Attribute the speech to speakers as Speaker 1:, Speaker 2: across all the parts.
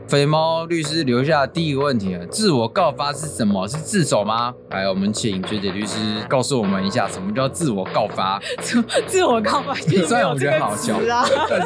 Speaker 1: 肥猫律师留下第一个问题了：自我告发是什么？是自首吗？来，我们请学姐律师告诉我们一下，什么叫自我告发？
Speaker 2: 自我告发其实
Speaker 1: 虽然我觉得很好笑
Speaker 2: 啊，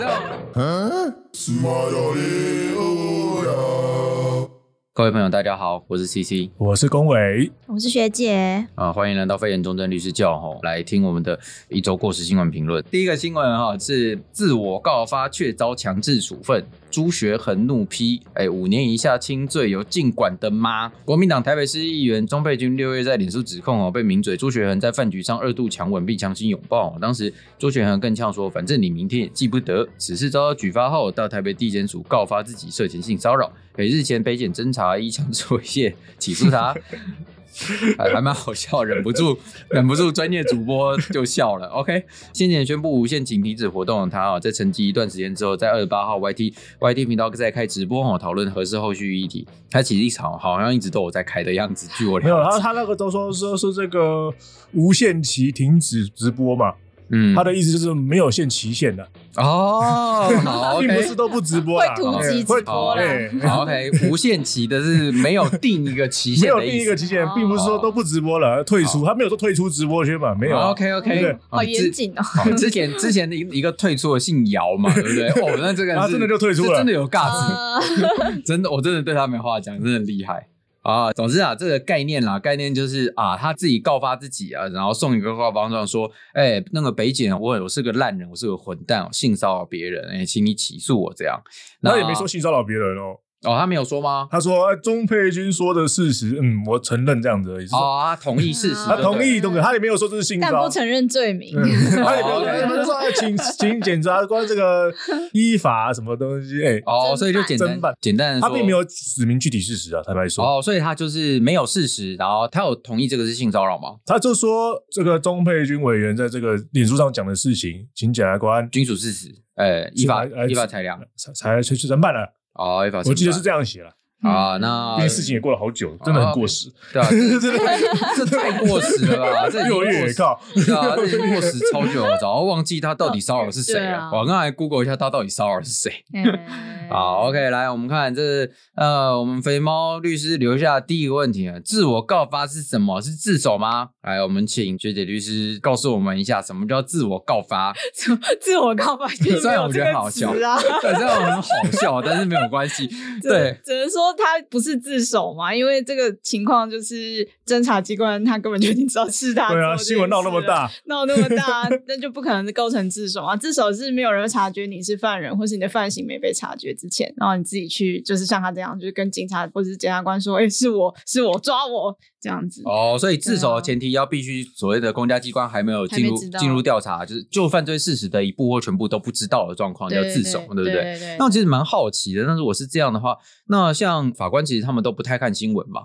Speaker 1: 各位朋友，大家好，我是 CC，
Speaker 3: 我是龚伟，
Speaker 2: 我是学姐
Speaker 1: 欢迎来到飞言中正律师教来听我们的一周过时新闻评论。第一个新闻是自我告发却遭强制处分，朱学恒怒批5年以下轻罪有禁管的吗？国民党台北市议员钟佩君6月在脸书指控被名嘴朱学恒在饭局上2度强吻并强行拥抱，当时朱学恒更呛说，反正你明天也记不得。此事遭到举发后，到台北地检署告发自己涉嫌性骚扰，日前北检侦查依强制猥亵起诉他。还蛮好笑，忍不住专业主播就笑了。OK， 先前宣布无限期停止活动的他在沉寂一段时间之后，在28号 YT 频道再开直播讨论核四后续议题。他其实好像一直都有在开的样子，据我了解。
Speaker 3: 没有，他那个都说是这个无限期停止直播嘛。他的意思就是没有限期限的
Speaker 1: 好，
Speaker 3: 并不是都不直播啦，
Speaker 2: 会突击直播啦。
Speaker 1: 好 OK， 无限期的是没有定一个期限的意思，
Speaker 3: 没有定一个期限，并不是说都不直播了，退出，他没有说退出直播圈嘛，没有。
Speaker 1: OK，
Speaker 2: 好严谨哦。
Speaker 1: 之前的一个退出的姓姚嘛，对不对？那这个
Speaker 3: 他真的就退出了，
Speaker 1: 真的有尬子，真的，我真的对他没话讲，真的厉害。总之这个概念就是他自己告发自己然后送一个告发状说，那个北检我是个烂人，我是个混蛋，性骚扰别人，请你起诉我这样。
Speaker 3: 他也没说性骚扰别人
Speaker 1: 他没有说吗？
Speaker 3: 他说钟佩君说的事实，我承认这样子而已。
Speaker 1: 他同意事实，
Speaker 3: 他同意，他也没有说这是性骚扰，
Speaker 2: 但不承认罪名。
Speaker 3: 他也没有说请检察官这个依法什么东西，
Speaker 1: 所以就简单的说，
Speaker 3: 他并没有指明具体事实坦白说。
Speaker 1: 所以他就是没有事实，然后他有同意这个是性骚扰吗？
Speaker 3: 他就说这个钟佩君委员在这个脸书上讲的事情，请检察官
Speaker 1: 均属事实，依法裁量，
Speaker 3: 才去侦办了。我记得是这样写了那因为事情也过了好久，真的很过时。
Speaker 1: 对啊，这太过时了吧？这
Speaker 3: 越来越靠，
Speaker 1: 对啊，这已经过时超久了，早忘记他到底骚扰是谁了。我刚才 Google 一下，他到底骚扰是谁。好 ，OK， 来我们看这我们肥猫律师留下第一个问题了：自我告发是什么？是自首吗？来，我们请学姐律师告诉我们一下，什么叫自我告发？
Speaker 2: 自我告发其实
Speaker 1: 虽然我觉得很好笑，对，虽然很好笑，但是没有关系。对，
Speaker 2: 只能说他不是自首嘛，因为这个情况就是侦查机关他根本就已经知道是他做的。
Speaker 3: 对啊，新闻闹那么大，
Speaker 2: 那就不可能是构成自首啊。自首是没有人察觉你是犯人，或是你的犯行没被察觉之前，然后你自己去，就是像他这样，就是跟警察或者是检察官说，是我抓我这样子。
Speaker 1: 所以自首的前提要必须所谓的公家机关还没有进入调查，就犯罪事实的一部或全部都不知道的状况叫自首，对不对？那我其实蛮好奇的，但是如果是这样的话，那像法官其实他们都不太看新闻嘛。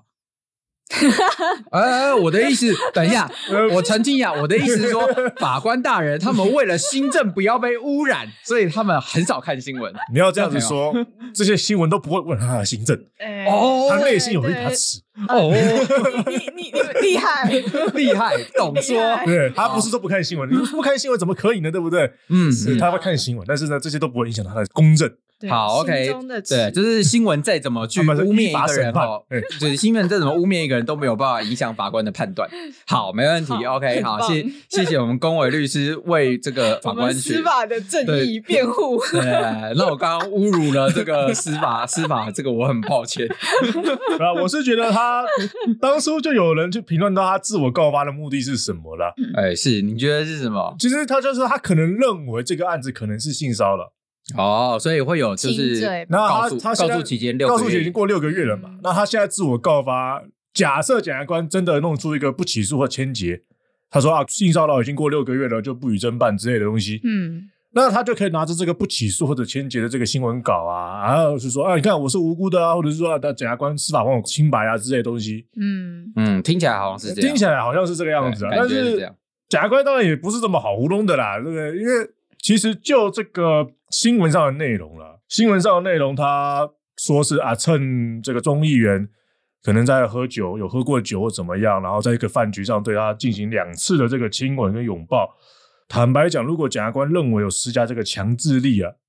Speaker 1: 我的意思，等一下，我澄清一下，我的意思是说，法官大人他们为了新政不要被污染，所以他们很少看新闻。
Speaker 3: 你要这样子说，这些新闻都不会问他的新政，他内心有一把尺。
Speaker 2: 你厉害，
Speaker 1: 懂说。
Speaker 3: 对，他不是说不看新闻，你不看新闻怎么可以呢？对不对？他会看新闻，但是呢，这些都不会影响他的公正。
Speaker 1: 好 ，OK， 对，就是新闻再怎么去污蔑一个人就是新闻再怎么污蔑一个人都没有办法影响法官的判断。好，没问题 ，OK， 好，谢谢我们龚伟律师为这个法官
Speaker 2: 司法的正义辩护。
Speaker 1: 对，那我刚刚侮辱了这个司法，这个我很抱歉。
Speaker 3: 我是觉得他当初就有人去评论到他自我告发的目的是什么了。
Speaker 1: 是你觉得是什么？
Speaker 3: 其实他就是他可能认为这个案子可能是性骚扰。
Speaker 1: 所以会有就是
Speaker 3: 那
Speaker 1: 他告诉期间6个月，
Speaker 3: 告诉期已经过6个月了嘛？那他现在自我告发，假设检察官真的弄出一个不起诉或签结，他说性骚扰已经过6个月了，就不予侦办之类的东西。那他就可以拿着这个不起诉或者签结的这个新闻稿然后是说你看我是无辜的或者是说检察官司法还我清白之类的东西。
Speaker 1: 听起来好像是这样，
Speaker 3: 听起来好像是这个样子但是检察官当然也不是这么好糊弄的啦，对不对？因为其实就这个新闻上的内容啦，他说是趁这个钟议员可能在喝酒，有喝过酒或怎么样，然后在一个饭局上对他进行2次的这个亲吻跟拥抱。坦白讲，如果检察官认为有施加这个强制力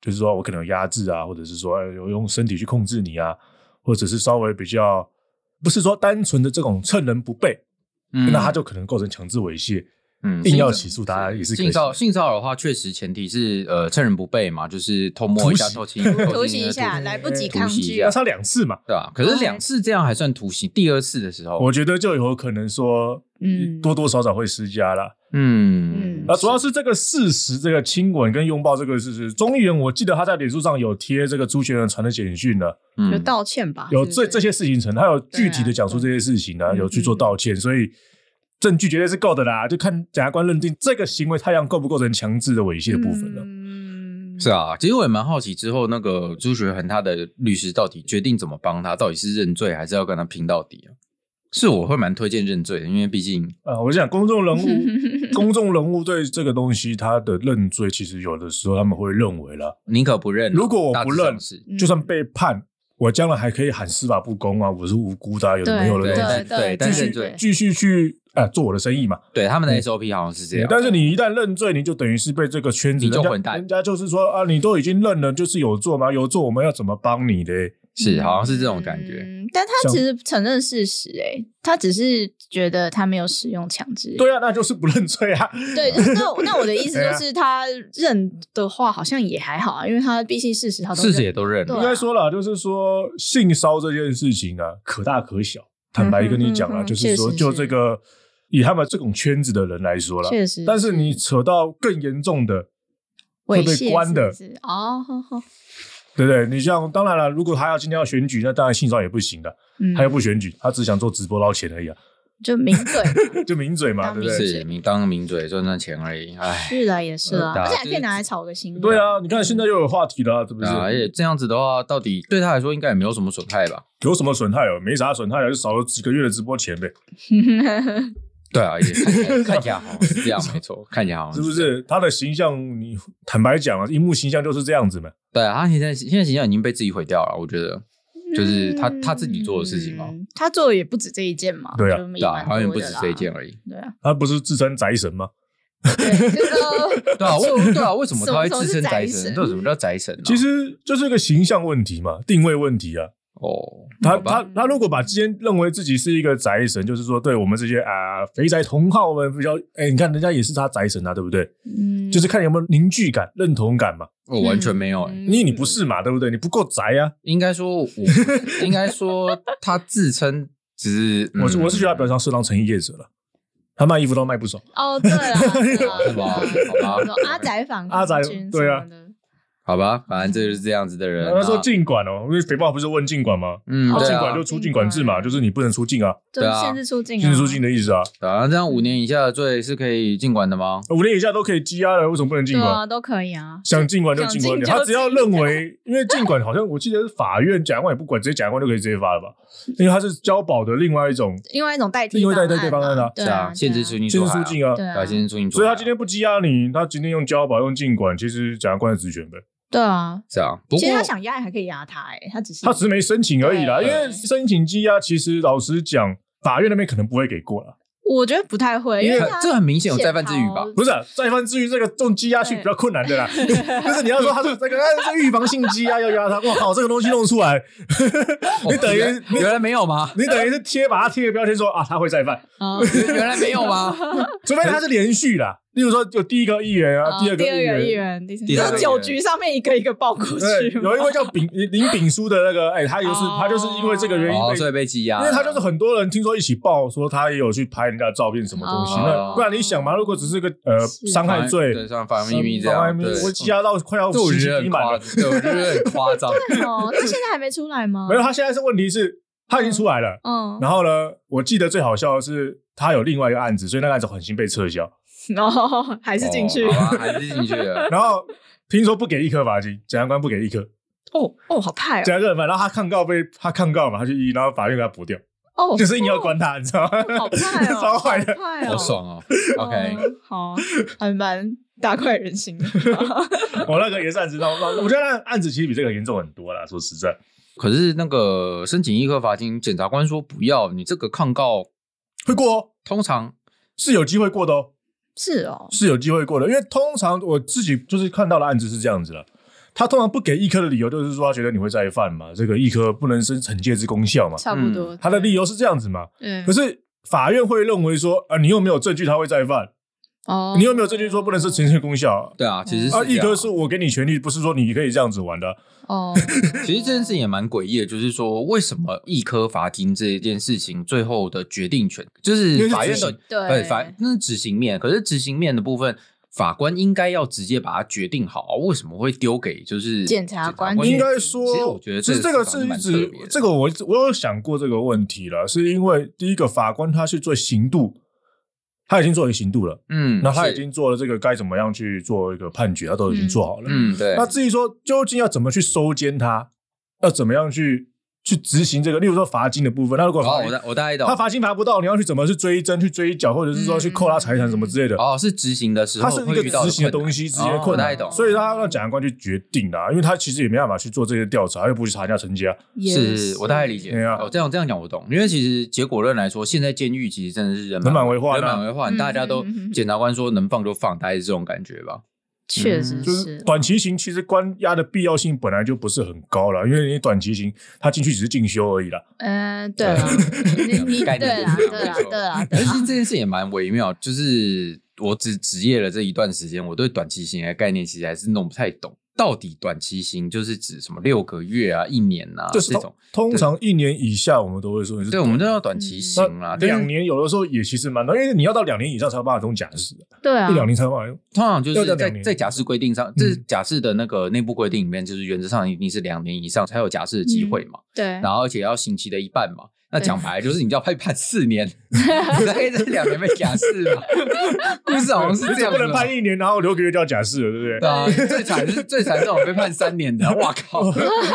Speaker 3: 就是说我可能有压制啊，或者是说有用身体去控制你啊，或者是稍微比较不是说单纯的这种趁人不备，那他就可能构成强制猥亵。硬要起诉大家也是可以。
Speaker 1: 性骚扰的话，确实前提是趁人不备嘛，就是偷摸一下、偷亲、
Speaker 2: 突袭一下，来不及抗拒。
Speaker 3: 那他2次嘛，
Speaker 1: 对吧？可是2次这样还算突袭，第2次的时候，
Speaker 3: 我觉得就有可能说，多多少少会施加啦。主要是这个事实，这个亲吻跟拥抱这个事实，钟议员我记得他在脸书上有贴这个朱学仁传的简讯了，
Speaker 2: 有道歉吧？
Speaker 3: 有这些事情成，他有具体的讲述这些事情呢，有去做道歉，所以。证据绝对是够的啦，就看检察官认定这个行为他构不构成强制的猥亵的部分了。
Speaker 1: 是啊，其实我也蛮好奇之后那个朱学恒他的律师到底决定怎么帮他，到底是认罪还是要跟他拼到底啊？是我会蛮推荐认罪的，因为毕竟
Speaker 3: 我想公众人物对这个东西他的认罪，其实有的时候他们会认为啦，
Speaker 1: 宁可不认，
Speaker 3: 如果我不认，就算被判。我将来还可以喊司法不公啊！我是无辜的，有的没有的东西，
Speaker 1: 对，但认罪
Speaker 3: 继续去做我的生意嘛。
Speaker 1: 对，他们的 SOP 好像是这样。
Speaker 3: 但是你一旦认罪，你就等于是被这个圈子，
Speaker 1: 你就混蛋。
Speaker 3: 人家就是说啊，你都已经认了，就是有做嘛，有做我们要怎么帮你的？
Speaker 1: 是，好像是这种感觉。
Speaker 2: 但他其实承认事实，他只是觉得他没有使用强制。
Speaker 3: 对啊，那就是不认罪啊。
Speaker 2: 对，那我的意思就是，他认的话好像也还好啊，因为他毕竟事实他都
Speaker 1: 事实也都认了。
Speaker 3: 应该说了，就是说性骚这件事情啊，可大可小。坦白跟你讲啊，就是说，就这个以他们这种圈子的人来说了，
Speaker 2: 确实。
Speaker 3: 但是你扯到更严重的，会被关的
Speaker 2: 哦。
Speaker 3: 对不对？你像当然了，如果他今天要选举，那当然性骚扰也不行的。他又不选举，他只想做直播捞钱而已啊。
Speaker 2: 就名嘴，
Speaker 3: 就名嘴嘛，对不对？
Speaker 1: 是当名嘴赚钱而已。
Speaker 2: 是的，也是啊，而且还可以拿来炒个新闻。
Speaker 3: 对啊，你看现在又有话题了，是不是？
Speaker 1: 而且这样子的话，到底对他来说应该也没有什么损害吧？
Speaker 3: 有什么损害哦？没啥损害啊，就少了几个月的直播钱呗。
Speaker 1: 对啊，也看起来好像是这样，没错，看起来好像
Speaker 3: 是不是？他的形象，你坦白讲啊，荧幕形象就是这样子嘛。
Speaker 1: 对啊，他现在形象已经被自己毁掉了，我觉得。就是他自己做的事情嘛，
Speaker 2: 他做的也不止这一件嘛，
Speaker 3: 对啊，
Speaker 1: 好像不止这一件而已，
Speaker 2: 对啊，
Speaker 3: 他不是自称宅神吗？
Speaker 1: 对啊，为什么他会自称宅神？这什么叫宅神？
Speaker 3: 其实就是一个形象问题嘛，定位问题啊。他如果把今天认为自己是一个宅神，就是说对我们这些肥宅同好们比较，你看人家也是他宅神啊，对不对？就是看有没有凝聚感、认同感嘛。
Speaker 1: 我完全没有，
Speaker 3: 你不是嘛，对不对？你不够宅啊。
Speaker 1: 应该说他自称只是，
Speaker 3: 我是觉得他表上是当成衣业者了。他卖衣服都卖不少。
Speaker 2: 哦，对了，
Speaker 1: 是吧？好吧，
Speaker 2: 阿宅坊、
Speaker 3: 阿宅对啊。
Speaker 1: 好吧，反正这就是这样子的人。
Speaker 3: 他说禁管哦，因为肥豹不是问禁管吗？禁管就出境管制嘛，就是你不能出境啊。
Speaker 2: 对啊，限制出境，
Speaker 3: 限制出境的意思啊。
Speaker 1: 那这样5年以下的罪是可以禁管的吗
Speaker 3: ？5年以下都可以羁押的，为什么不能禁管？
Speaker 2: 对啊，都可以啊。
Speaker 3: 想禁管就禁管，他只要认为，因为禁管好像我记得是法院检察官也不管，直接检察官就可以直接发了吧？因为它是交保的另外一种代替方案啊。
Speaker 1: 是啊，限制出境
Speaker 3: 啊，
Speaker 1: 对，限制出境。
Speaker 3: 所以他今天不羁押你，他今天用交保用禁管，其实检察官的职权呗。
Speaker 2: 对啊，
Speaker 1: 是啊。
Speaker 2: 其实他想压还可以压他，他只是
Speaker 3: 没申请而已啦。因为申请羁押，其实老实讲，法院那边可能不会给过啦。
Speaker 2: 我觉得不太会，因为
Speaker 1: 这很明显有再犯之余吧？
Speaker 3: 不是再犯之余，这个用羁押去比较困难的啦。就是你要说他是这个预防性羁押要压他，哇靠，这个东西弄出来，你等于
Speaker 1: 原来没有吗？
Speaker 3: 你等于是把他贴个标签说他会再犯，
Speaker 1: 原来没有吗？
Speaker 3: 除非他是连续啦。例如说，有第一个议员啊，第二个议员，
Speaker 2: 第三个9局上面一个一个报过去。
Speaker 3: 有一位叫林炳书的那个，他就是因为这个原因
Speaker 1: 所以被羁押，
Speaker 3: 因为他就是很多人听说一起报说他也有去拍人家的照片什么东西，那不然你想嘛，如果只是个伤害罪，
Speaker 1: 对，妨碍秘密这样，
Speaker 3: 我羁押到快要
Speaker 1: 我觉得很夸张。
Speaker 2: 那现在还没出来吗？
Speaker 3: 没有，他现在是问题是他已经出来了，然后呢，我记得最好笑的是他有另外一个案子，所以那个案子缓刑被撤销。
Speaker 2: 还是进去，
Speaker 1: 还是进去了。
Speaker 3: 然后听说不给1颗罚金，检察官不给1颗。
Speaker 2: 好派哦！
Speaker 3: 检察官很烦，然后他抗告嘛，他去然后法院给他驳掉。就是硬要关他，你知道吗？
Speaker 2: 好派哦，
Speaker 3: 超坏的，
Speaker 1: 好爽哦。OK，
Speaker 2: 好，还蛮大快人心的。
Speaker 3: 我那个也是案子，我觉得那案子其实比这个严重很多啦，说实在。
Speaker 1: 可是那个申请1颗罚金，检察官说不要，你这个抗告
Speaker 3: 会过哦，
Speaker 1: 通常
Speaker 3: 是有机会过的哦。
Speaker 2: 是哦，
Speaker 3: 是有机会过的，因为通常我自己就是看到的案子是这样子了。 他通常不给议科的理由就是说他觉得你会再犯嘛，这个议科不能生惩戒之功效嘛，
Speaker 2: 差不多。
Speaker 3: 他的理由是这样子嘛。可是法院会认为说，你又没有证据他会再犯。你有没有证据说不能是惩戒功效？
Speaker 1: 对啊，其实是
Speaker 3: 议科是我给你权利，不是说你可以这样子玩的。
Speaker 1: 其实这件事情也蛮诡异的，就是说为什么议科罚金这件事情最后的决定权就是法院的对那是执行面，可是执行面的部分。法官应该要直接把它决定好，为什么会丢给就是
Speaker 2: 检察官？
Speaker 3: 应该说，
Speaker 1: 其实我觉得
Speaker 3: 这个是一直这个我有想过这个问题了，是因为第一个法官他去做刑度，他已经做一个刑度了，那他已经做了这个该怎么样去做一个判决，他都已经做好了，
Speaker 1: 对。
Speaker 3: 那至于说究竟要怎么去收监他，要怎么样去执行这个，例如说罚金的部分，他如果
Speaker 1: 我大概懂，
Speaker 3: 他罚金罚不到，你要去怎么去追征、去追缴，或者是说去扣他财产什么之类的。
Speaker 1: 是执行的时候，
Speaker 3: 他是一个执行的东西，执行的困难，所以他让检察官去决定的，因为他其实也没办法去做这些调查，又不去查人家成家。
Speaker 1: 是我大概理解。这样讲我懂，因为其实结果论来说，现在监狱其实真的是人满为患，大家都检察官说能放就放，大概是这种感觉吧。
Speaker 2: 确实
Speaker 3: 是短期刑，其实关押的必要性本来就不是很高了，因为你短期刑他进去只是进修而已啦。
Speaker 2: 对了，对啦。
Speaker 1: 但是这件事也蛮微妙，就是我只职业了这一段时间，我对短期刑的概念其实还是弄不太懂。到底短期刑就是指什么6个月啊、1年啊这种？
Speaker 3: 通常1年以下我们都会说是，
Speaker 1: 对，我们都要短期刑啦。
Speaker 3: 2年有的时候也其实蛮短，因为你要到2年以上才有办法用假释。
Speaker 2: 对啊
Speaker 3: ，1-2年才有办法用。
Speaker 1: 通常就是在假释规定上，这假释的那个内部规定里面，就是原则上一定是2年以上才有假释的机会嘛。
Speaker 2: 对，
Speaker 1: 然后而且要刑期的一半嘛。那讲白了就是你要判4年，你才可以在2年被假释嘛。故事好像是这样，
Speaker 3: 不能判1年，然后6个月就要假释了，对不对？
Speaker 1: 对啊，最惨这种被判3年的，哇靠！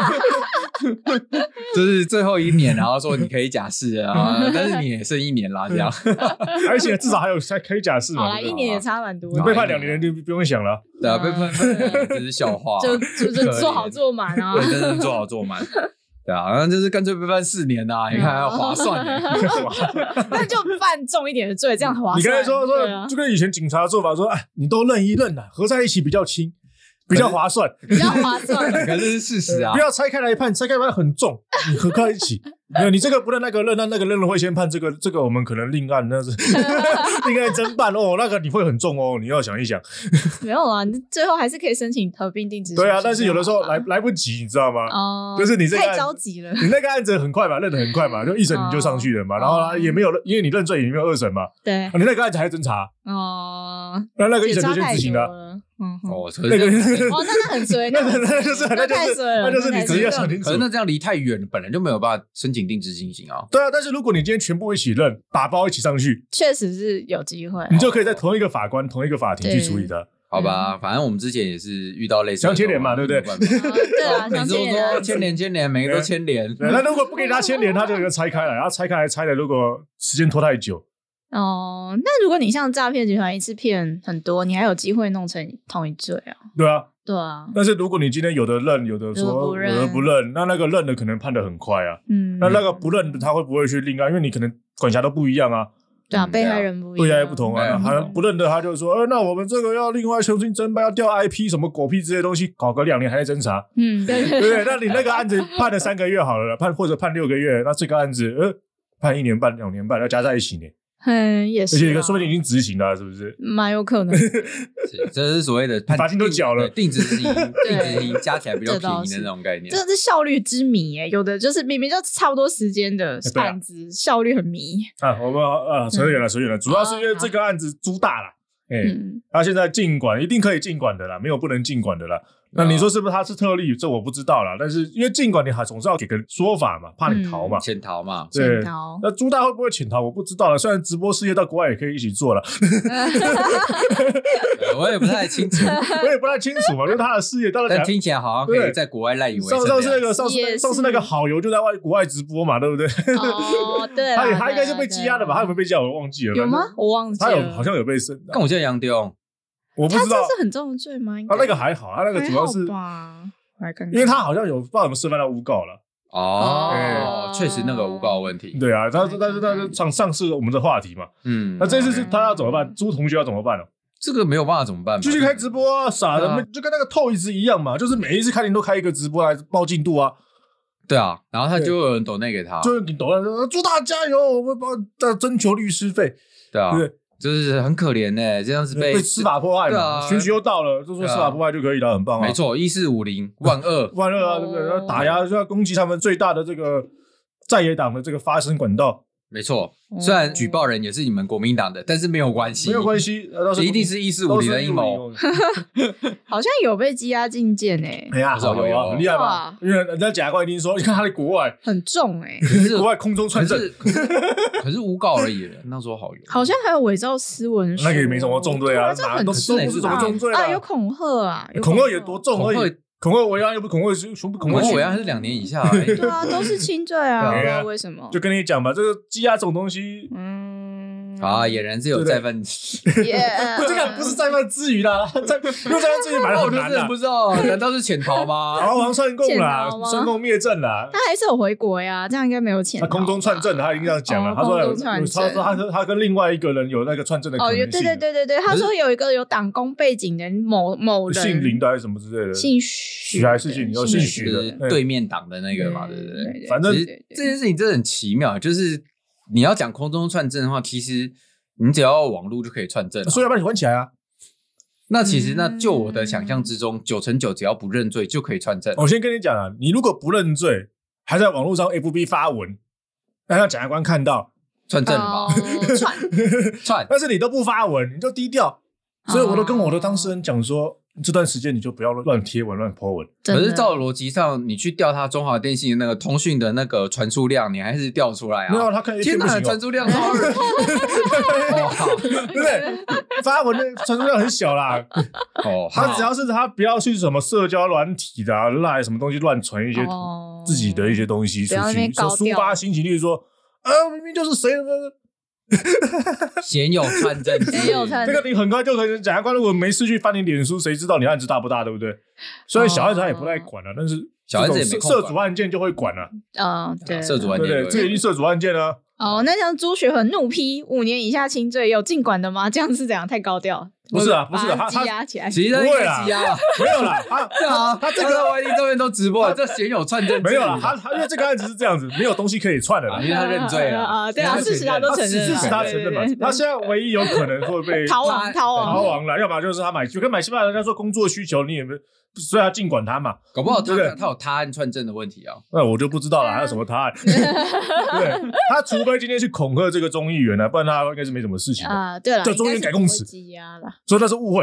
Speaker 1: 就是最后1年，然后说你可以假释啊，但是你也剩1年啦，这样。
Speaker 3: 而且至少还可以假释嘛。
Speaker 2: 好啦，1年也差蛮多。
Speaker 3: 你被判2年就不用想了。
Speaker 1: 对啊，被判这是笑话，
Speaker 2: 就做好做满啊。
Speaker 1: 对，真的做好做满。对啊，那就是干脆被判4年啊！你看还划算呢。
Speaker 2: 那就犯重一点的罪，这样划算。
Speaker 3: 你刚才说就跟以前警察的做法说，你都认一认啦，合在一起比较轻，比较划算，
Speaker 2: 比较划算。
Speaker 1: 可是事实啊，
Speaker 3: 不要拆开来判，拆开来很重，你合在一起。没有，你这个不认那个认，那个认了会先判这个我们可能另案，那是另案侦办哦，那个你会很重哦，你要想一想。
Speaker 2: 没有啊，最后还是可以申请合并定执行。
Speaker 3: 对啊，但是有的时候来不及，你知道吗？就是你这个
Speaker 2: 太着急了，
Speaker 3: 你那个案子很快嘛，认得很快嘛，就1审你就上去了嘛，然后也没有，因为你认罪也没有2审嘛，
Speaker 2: 对，
Speaker 3: 你那个案子还侦查那个1审就先执行了。
Speaker 1: 那
Speaker 2: 个那很衰，那
Speaker 3: 就是你自己要想清楚。
Speaker 1: 可是那这样离太远了，本来就没有办法申请定执行刑啊。
Speaker 3: 对啊，但是如果你今天全部一起认，打包一起上去，
Speaker 2: 确实是有机会，
Speaker 3: 你就可以在同一个法官、同一个法庭去处理它。
Speaker 1: 好吧，反正我们之前也是遇到类似的
Speaker 3: 想牵连嘛，对不对？
Speaker 2: 对啊，
Speaker 1: 每次都说牵连，每个都牵连。
Speaker 3: 那如果不给他牵连，他就给他拆开来，然后拆开来拆了，如果时间拖太久。
Speaker 2: 那如果你像诈骗集团一次骗很多，你还有机会弄成同一罪啊？
Speaker 3: 对啊。但是如果你今天有的认，有的说有的不认，那个认的可能判得很快啊。那个不认的他会不会去另案？因为你可能管辖都不一样啊。
Speaker 2: 对啊，被害人不一样，
Speaker 3: 不同啊。还不认的他就说，那我们这个要另外重新侦办，要调 IP 什么狗屁这些东西，搞个2年还在侦查。对不对？那你那个案子判了3个月好了，或者判6个月，那这个案子判1年半、2年半，要加在一起呢。
Speaker 2: 也是，
Speaker 3: 而且说不定已经执行了，是不是？
Speaker 2: 蛮有可能。
Speaker 1: 这是所谓的
Speaker 3: 罚金都缴了，
Speaker 1: 定执行加起来比较便宜的那种概念。
Speaker 2: 这是效率之谜耶，有的就是明明就差不多时间的案子，效率很迷
Speaker 3: 我们扯远了，主要是因为这个案子猪大了，他现在禁管一定可以禁管的啦，没有不能禁管的啦。那你说是不是他是特例？这我不知道啦。但是因为尽管你还总是要给个说法嘛，怕你逃嘛，
Speaker 1: 潜逃嘛。
Speaker 3: 对，那朱大会不会潜逃？我不知道了。虽然直播事业到国外也可以一起做了，
Speaker 1: 我也不太清楚，
Speaker 3: 嘛，因为他的事业，
Speaker 1: 但听起来好像可以在国外赖以为生。
Speaker 3: 上次那个好友就在国外直播嘛，对不对？
Speaker 2: 对，
Speaker 3: 他应该是被羁押的吧？他有没有被羁押？我忘记了。
Speaker 2: 有吗？我忘记了。
Speaker 3: 他好像有被审。
Speaker 1: 但我记得杨丢。
Speaker 3: 我不知道，
Speaker 2: 他这是很重的罪吗？
Speaker 3: 他那个还好，他那个主要是，因为他好像有不知道有没有涉犯到诬告了。
Speaker 1: 确实那个诬告的问题。
Speaker 3: 对啊，但是上次我们的话题嘛，那这次是他要怎么办？朱同学要怎么办呢？
Speaker 1: 这个没有办法怎么办？
Speaker 3: 继续开直播啊，傻的，就跟那个Toys一样嘛，就是每一次开年都开一个直播来报进度啊。
Speaker 1: 对啊，然后他就有人抖内给他，
Speaker 3: 就是你抖内说祝他加油，我们帮他征求律师费。
Speaker 1: 对啊，
Speaker 3: 对，
Speaker 1: 就是很可怜呢，这样子被
Speaker 3: 司法迫害嘛，选举又到了，就说司法迫害就可以了，很棒啊。
Speaker 1: 没错，1450万恶
Speaker 3: 万恶啊，对不对？打压就要攻击他们最大的这个在野党的这个发声管道。
Speaker 1: 没错，虽然举报人也是你们国民党的，但是没有关系，
Speaker 3: 没有关系，
Speaker 1: 一定是1450的阴谋。
Speaker 2: 好像有被羁押禁见诶。
Speaker 3: 哎呀，有啊，很厉害吧？因为人家检察官一定说，你看他在国外
Speaker 2: 很重诶，
Speaker 3: 国外空中串证，
Speaker 1: 可是诬告而已，那时候好有，
Speaker 2: 好像还有伪造私文书，
Speaker 3: 那个也没什么重罪啊，哪都不是什么重罪
Speaker 2: 啊，有恐吓啊，
Speaker 3: 恐吓也多重而已。恐吓为安又不恐吓，
Speaker 1: 恐吓为安是2年以下。
Speaker 2: 对啊，都是轻罪啊，不知道为什么。
Speaker 3: 就跟你讲吧，这个羁押这种东西，
Speaker 1: 啊，俨然是有再犯。
Speaker 3: 这个不是再犯之余啦，又再犯之余，反正很难啦。
Speaker 1: 不知道，难道是潜逃吗？
Speaker 3: 逃亡串供啦，串供灭证啦。
Speaker 2: 他还是有回国呀，这样应该没有潜逃。
Speaker 3: 他空中串证，他一定要讲了。他说他跟另外一个人有那个串证的可能性。
Speaker 2: 对，他说有一个有党工背景的某人，
Speaker 3: 姓林的还是什么之类的，
Speaker 2: 姓
Speaker 3: 许还是姓许的，
Speaker 1: 对面党的那个嘛，对不对？
Speaker 3: 反正
Speaker 1: 这件事情真的很奇妙，就是你要讲空中串证的话，其实你只要网络就可以串证，
Speaker 3: 所以要把你关起来啊。
Speaker 1: 那其实就我的想象之中，9成9只要不认罪就可以串证。
Speaker 3: 我先跟你讲啊，你如果不认罪，还在网络上 FB 发文，让检察官看到，
Speaker 1: 串证了吧？串，
Speaker 3: 但是你都不发文，你就低调，所以我都跟我的当事人讲说。这段时间你就不要乱贴文、乱 po 文。
Speaker 1: 可是照逻辑上，你去调他中华电信的那个通讯的那个传输量，你还是调出来啊？
Speaker 3: 没有，他看
Speaker 1: 天哪，传输量超对
Speaker 3: 不对？发文的传输量很小啦。他只要是他不要去什么社交软体的啊、赖什么东西乱传一些自己的一些东西出去，抒发心情，例如说明明就是谁
Speaker 1: 鲜有串证，
Speaker 3: 这个你很快就可以。检察官如果没事去翻你脸书，谁知道你案子大不大，对不对？所以小孩子他也不太管了，但是
Speaker 1: 小孩子也没
Speaker 3: 涉足案件就会管了。
Speaker 2: 对，
Speaker 1: 涉足案件，
Speaker 3: 对，这一定涉足案件啊。
Speaker 2: 那像朱学恒怒批5年以下轻罪有禁管的吗？这样是怎样？太高调？
Speaker 3: 不是啊，
Speaker 2: 他羁押起来，
Speaker 1: 其实不会啦，
Speaker 3: 没有啦，他这个
Speaker 1: YT 这边都直播，这鲜有串证，
Speaker 3: 没有啦，他因为这个案子是这样子，没有东西可以串的啦，
Speaker 1: 因为他认罪了
Speaker 2: 啊，对啊，事实他都承认，
Speaker 3: 事实他承认嘛，他现在唯一有可能会被
Speaker 2: 逃亡
Speaker 3: 了，要么就是他就跟买西班牙人家说工作需求，你也没。所以要禁管他嘛，
Speaker 1: 搞不好他有他案串证的问题啊，
Speaker 3: 那我就不知道了，还有什么他案？对，他除非今天去恐吓这个众议员呢，不然他应该是没什么事情
Speaker 2: 啊。对了，
Speaker 3: 就众议员改供词，所以那是误会。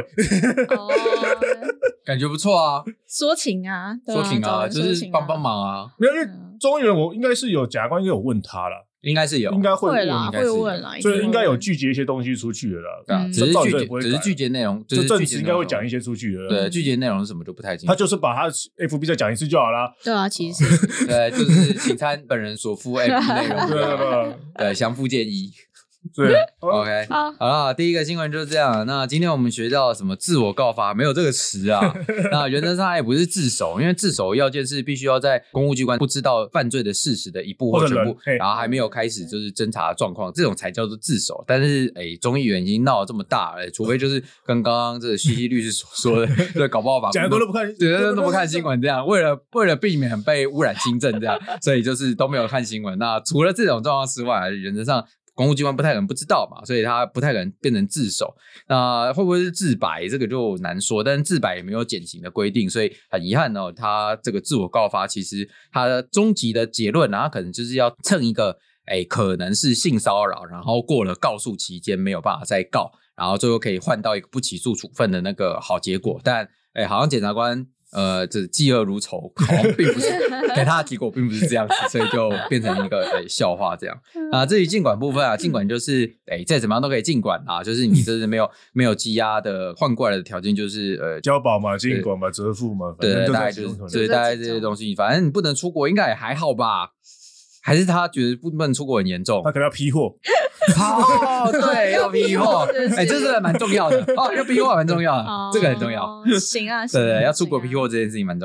Speaker 1: 感觉不错啊，
Speaker 2: 说情啊，
Speaker 1: 就是帮忙啊。
Speaker 3: 没有，因为众议员我应该是有检察官应该有问他了。
Speaker 1: 应该是有，
Speaker 3: 应该会
Speaker 2: 问啦，
Speaker 3: 所以应该有拒绝一些东西出去了啦。
Speaker 1: 只是拒绝内容，
Speaker 3: 就证词应该会讲一些出去了。
Speaker 1: 对，拒绝内容是什么就不太清楚。
Speaker 3: 他就是把他 FB 再讲一次就好了。
Speaker 2: 对啊，其实
Speaker 1: 对，就是请参本人所附 FB 内容。对，详附建议。
Speaker 3: 对
Speaker 1: ，OK， 好了，第一个新闻就是这样。那今天我们学到什么自我告发，没有这个词啊。那原则上也不是自首，因为自首要件是必须要在公务机关不知道犯罪的事实的一部或全部，然后还没有开始就是侦查状况，这种才叫做自首。但是众议员已经闹得这么大了，除非就是跟刚刚这个西西律师所说的，对，搞不好把
Speaker 3: 检察官都不看，
Speaker 1: 对，都不看新闻，这样为了避免被污染新政，这样，所以就是都没有看新闻。那除了这种状况之外，原则上。公务机关不太可能不知道嘛，所以他不太可能变成自首。那会不会是自白？这个就难说。但是自白也没有减刑的规定，所以很遗憾哦，他这个自我告发，其实他的终极的结论，然后可能就是要蹭一个，可能是性骚扰，然后过了告诉期间没有办法再告，然后最后可以换到一个不起诉处分的那个好结果。但好像检察官。这嫉恶如仇，好像并不是给他的结果并不是这样子，所以就变成一个笑话这样啊。至于禁管部分啊，禁管就是再怎么样都可以禁管啊，就是你这是没有羁押的换过来的条件，就是
Speaker 3: 交保嘛、禁管嘛、折付嘛，
Speaker 1: 对，大概就是大概这些东西，反正你不能出国，应该也还好吧。还是他觉得不能出国很严重，
Speaker 3: 他可能要批货。
Speaker 1: 对，要批货，这是蛮重要的哦，要批货蛮重要的，这个很重要。
Speaker 2: 行啊，
Speaker 1: 对，要出国批货这件事情蛮重要。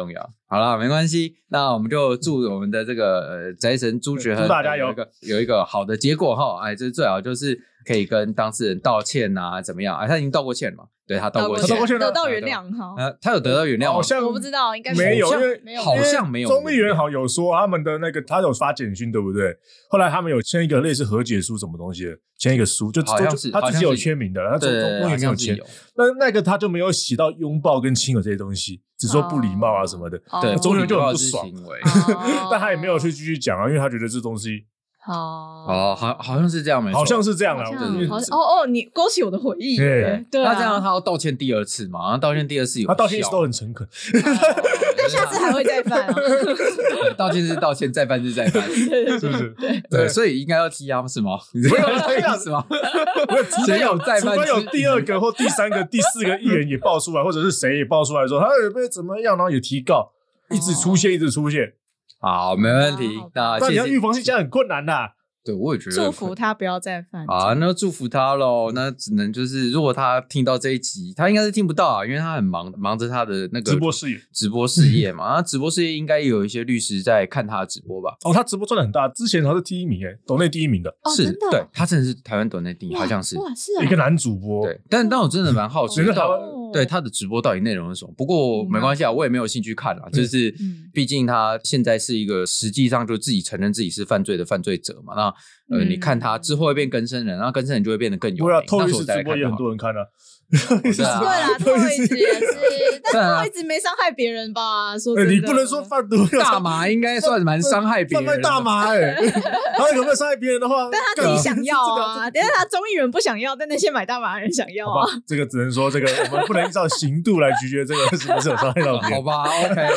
Speaker 1: 好了，没关系，那我们就祝我们的这个宅神朱学恒
Speaker 3: 祝大家
Speaker 1: 有一个好的结果哈。哎，这最好就是可以跟当事人道歉啊，怎么样？哎，他已经道过歉了嘛？对，他道过歉，
Speaker 2: 得到原谅哈。
Speaker 1: 他有得到原谅吗？
Speaker 3: 好像
Speaker 2: 我不知道，应该
Speaker 3: 没有，
Speaker 1: 好像没有。
Speaker 3: 中立人好有说他们的那个，他有发简讯，对不对？后来他们有签一个类似和解书什么东西的，签一个书，就
Speaker 1: 好像是
Speaker 3: 他自己有签名的，他中立没有签。那个他就没有写到拥抱跟亲吻这些东西，只说不礼貌啊什么的。
Speaker 1: 对，
Speaker 3: 中立人就很不爽，但他也没有去继续讲啊，因为他觉得这东西。
Speaker 1: 好像是这样，没错，
Speaker 3: 好像是这样啦。
Speaker 2: 你勾起我的回忆。
Speaker 3: 对，
Speaker 1: 那这样他要道歉第二次嘛？道歉第二次有效，
Speaker 3: 他道歉一直都很诚恳，
Speaker 2: 下次还会再犯啊。
Speaker 1: 道歉是道歉，再犯是再犯，
Speaker 3: 是不是？
Speaker 1: 对，所以应该要踢他们是吗？
Speaker 3: 没有
Speaker 1: 这样是吗？谁有再犯？
Speaker 3: 除非有第二个或第三个、第四个议员也爆出来，或者是谁也爆出来说他有被怎么样，然后也提告，一直出现。
Speaker 1: 好，没问题。那
Speaker 3: 你要预防性很困难呐。
Speaker 1: 对，我也觉得
Speaker 2: 祝福他不要再犯。
Speaker 1: 好，那祝福他咯。那只能就是，如果他听到这一集，他应该是听不到啊，因为他很忙着他的那个
Speaker 3: 直播事业
Speaker 1: 嘛。那直播事业应该有一些律师在看他的直播吧？
Speaker 3: 他直播赚的很大，之前他是第一名斗内第一名的。
Speaker 1: 是，对，他真的是台湾斗内第一，好像是。
Speaker 2: 哇，是
Speaker 3: 一个男主播。
Speaker 1: 对，但我真的蛮好奇，对他的直播到底内容是什么？不过没关系啊，我也没有兴趣看啦。就是毕竟他现在是一个实际上就自己承认自己是犯罪的犯罪者嘛。那你看他之后会变更生人，然后更生人就会变得更有名。
Speaker 3: 对啊，透一次直播也很多人看啊。
Speaker 2: 对啦，透一次也是，但透一次没伤害别人吧？说真的，
Speaker 3: 你不能说贩毒
Speaker 1: 大麻应该算蛮伤害别人的。
Speaker 3: 贩卖大麻他有没有伤害别人的话？
Speaker 2: 但他自己想要啊，但是他中艺人不想要，但那些买大麻的人想要啊。
Speaker 3: 这个只能说这个我们不能依照刑度来拒绝这个是不是有伤害到别人。
Speaker 1: 好吧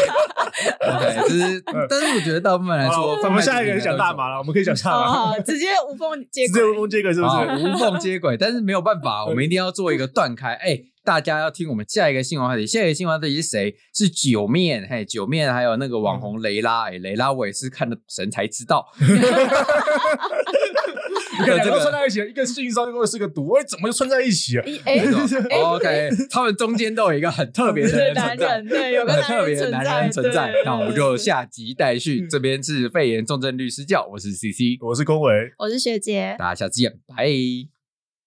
Speaker 1: ，OK， 就是，但是我觉得大部分来说，
Speaker 3: 我们下一个人讲大麻了，我们可以讲大麻，
Speaker 2: 直接无缝接轨，
Speaker 3: 是不是？
Speaker 1: 无缝接轨，但是没有办法，我们一定要做一个断开。大家要听我们下一个新闻话题。下一个新闻话题是谁？是九面，九面还有那个网红雷拉，雷拉我也是看了神才知道。
Speaker 3: 你看两个串在一起，一个性骚扰，一个是个毒，怎么就串在一起啊
Speaker 1: ？OK， 他们中间都有一个很特别的人存在，
Speaker 2: 对，有个
Speaker 1: 很特别的男人存在。那我们就下集待续。这边是肺炎重症律师教，我是 CC，
Speaker 3: 我是龚维，
Speaker 2: 我是学姐，
Speaker 1: 大家下次见，拜。